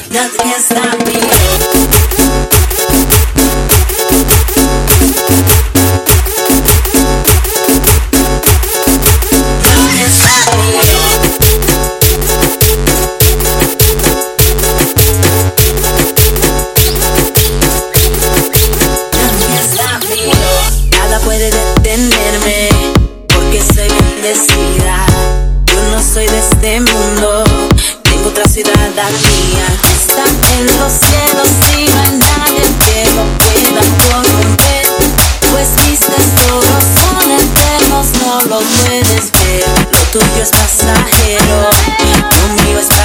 Nothing can stop me. Puede detenerme porque soy bendecida. Yo no soy de este mundo, tengo otra ciudadanía. Está en los cielos y no hay nadie que lo pueda corromper. Pues vistes todos son eternos, no lo puedes ver. Lo tuyo es pasajero, lo mío es